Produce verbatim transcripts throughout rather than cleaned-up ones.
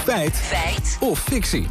Feit. Feit. Of fictie.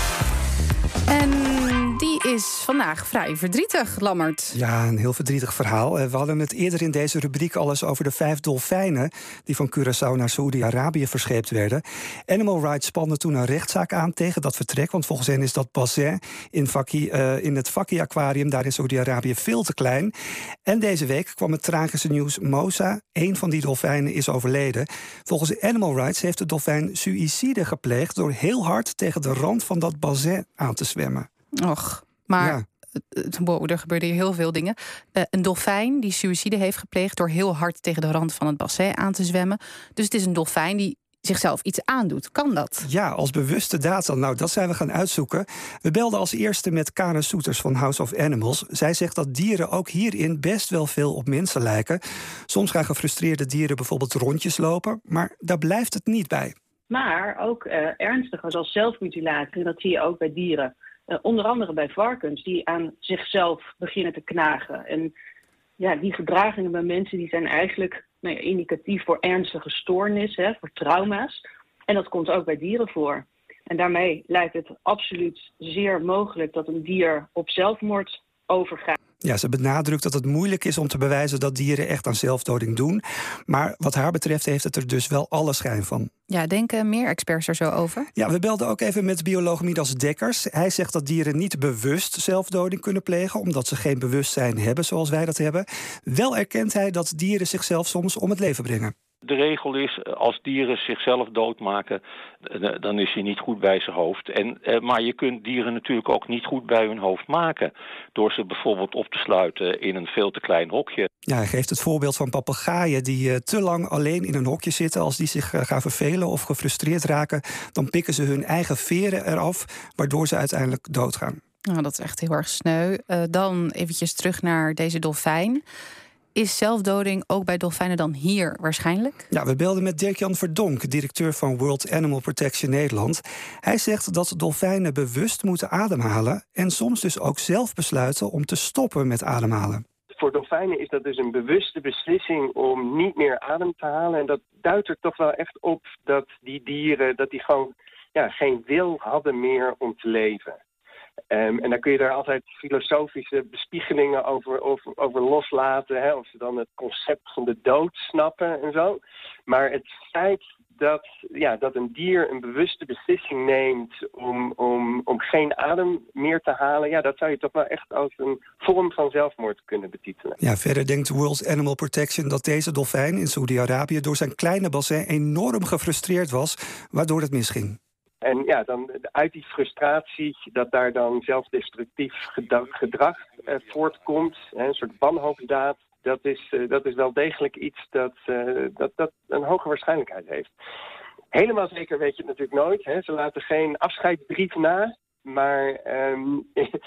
En die is vandaag vrij verdrietig, Lammert. Ja, een heel verdrietig verhaal. We hadden het eerder in deze rubriek al eens over de vijf dolfijnen die van Curaçao naar Saoedi-Arabië verscheept werden. Animal Rights spande toen een rechtszaak aan tegen dat vertrek, want volgens hen is dat bassin in, Faki, uh, in het Faki-aquarium daar in Saoedi-Arabië veel te klein. En deze week kwam het tragische nieuws: Mosa, één van die dolfijnen, is overleden. Volgens Animal Rights heeft de dolfijn suïcide gepleegd door heel hard tegen de rand van dat bassin aan te zwemmen. Och, maar Ja. wow, er gebeurden hier heel veel dingen. Uh, een dolfijn die suïcide heeft gepleegd door heel hard tegen de rand van het bassin aan te zwemmen. Dus het is een dolfijn die zichzelf iets aandoet. Kan dat? Ja, als bewuste daad dan. Nou, dat zijn we gaan uitzoeken. We belden als eerste met Karen Soeters van House of Animals. Zij zegt dat dieren ook hierin best wel veel op mensen lijken. Soms gaan gefrustreerde dieren bijvoorbeeld rondjes lopen, maar daar blijft het niet bij. Maar ook uh, ernstige, zoals zelfmutilatie, dat zie je ook bij dieren. Uh, onder andere bij varkens, die aan zichzelf beginnen te knagen. En ja, die gedragingen bij mensen die zijn eigenlijk nou ja, indicatief voor ernstige stoornissen, hè, voor trauma's. En dat komt ook bij dieren voor. En daarmee lijkt het absoluut zeer mogelijk dat een dier op zelfmoord overgaat. Ja, ze benadrukt dat het moeilijk is om te bewijzen dat dieren echt aan zelfdoding doen. Maar wat haar betreft heeft het er dus wel alle schijn van. Ja, denken meer experts er zo over? Ja, we belden ook even met bioloog Midas Dekkers. Hij zegt dat dieren niet bewust zelfdoding kunnen plegen, omdat ze geen bewustzijn hebben zoals wij dat hebben. Wel erkent hij dat dieren zichzelf soms om het leven brengen. De regel is, als dieren zichzelf doodmaken, dan is hij niet goed bij zijn hoofd. En, maar je kunt dieren natuurlijk ook niet goed bij hun hoofd maken, door ze bijvoorbeeld op te sluiten in een veel te klein hokje. Ja, hij geeft het voorbeeld van papegaaien die te lang alleen in een hokje zitten. Als die zich gaan vervelen of gefrustreerd raken, dan pikken ze hun eigen veren eraf, waardoor ze uiteindelijk doodgaan. Nou, dat is echt heel erg sneu. Uh, dan eventjes terug naar deze dolfijn. Is zelfdoding ook bij dolfijnen dan hier waarschijnlijk? Ja, we belden met Dirk-Jan Verdonk, directeur van World Animal Protection Nederland. Hij zegt dat dolfijnen bewust moeten ademhalen en soms dus ook zelf besluiten om te stoppen met ademhalen. Voor dolfijnen is dat dus een bewuste beslissing om niet meer adem te halen. En dat duidt er toch wel echt op dat die dieren dat die gewoon ja, geen wil hadden meer om te leven. Um, en dan kun je daar altijd filosofische bespiegelingen over, over, over loslaten. Hè, of ze dan het concept van de dood snappen en zo. Maar het feit dat, ja, dat een dier een bewuste beslissing neemt om, om, om geen adem meer te halen, ja, dat zou je toch wel echt als een vorm van zelfmoord kunnen betitelen. Ja, verder denkt World Animal Protection dat deze dolfijn in Saoedi-Arabië door zijn kleine bassin enorm gefrustreerd was, waardoor het misging. En ja, dan uit die frustratie dat daar dan zelfdestructief gedrag, gedrag eh, voortkomt, hè, een soort wanhoopsdaad, dat is, uh, dat is wel degelijk iets dat, uh, dat, dat een hoge waarschijnlijkheid heeft. Helemaal zeker weet je het natuurlijk nooit. Hè. Ze laten geen afscheidsbrief na. Maar um,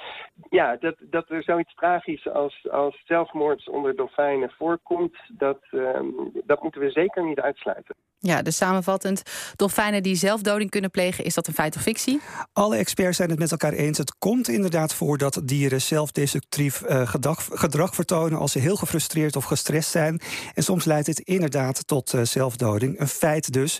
ja, dat, dat er zoiets tragisch als, als zelfmoord onder dolfijnen voorkomt, dat, um, dat moeten we zeker niet uitsluiten. Ja, dus samenvattend, dolfijnen die zelfdoding kunnen plegen, is dat een feit of fictie? Alle experts zijn het met elkaar eens. Het komt inderdaad voor dat dieren zelfdestructief uh, gedrag, gedrag vertonen als ze heel gefrustreerd of gestrest zijn. En soms leidt dit inderdaad tot uh, zelfdoding. Een feit dus.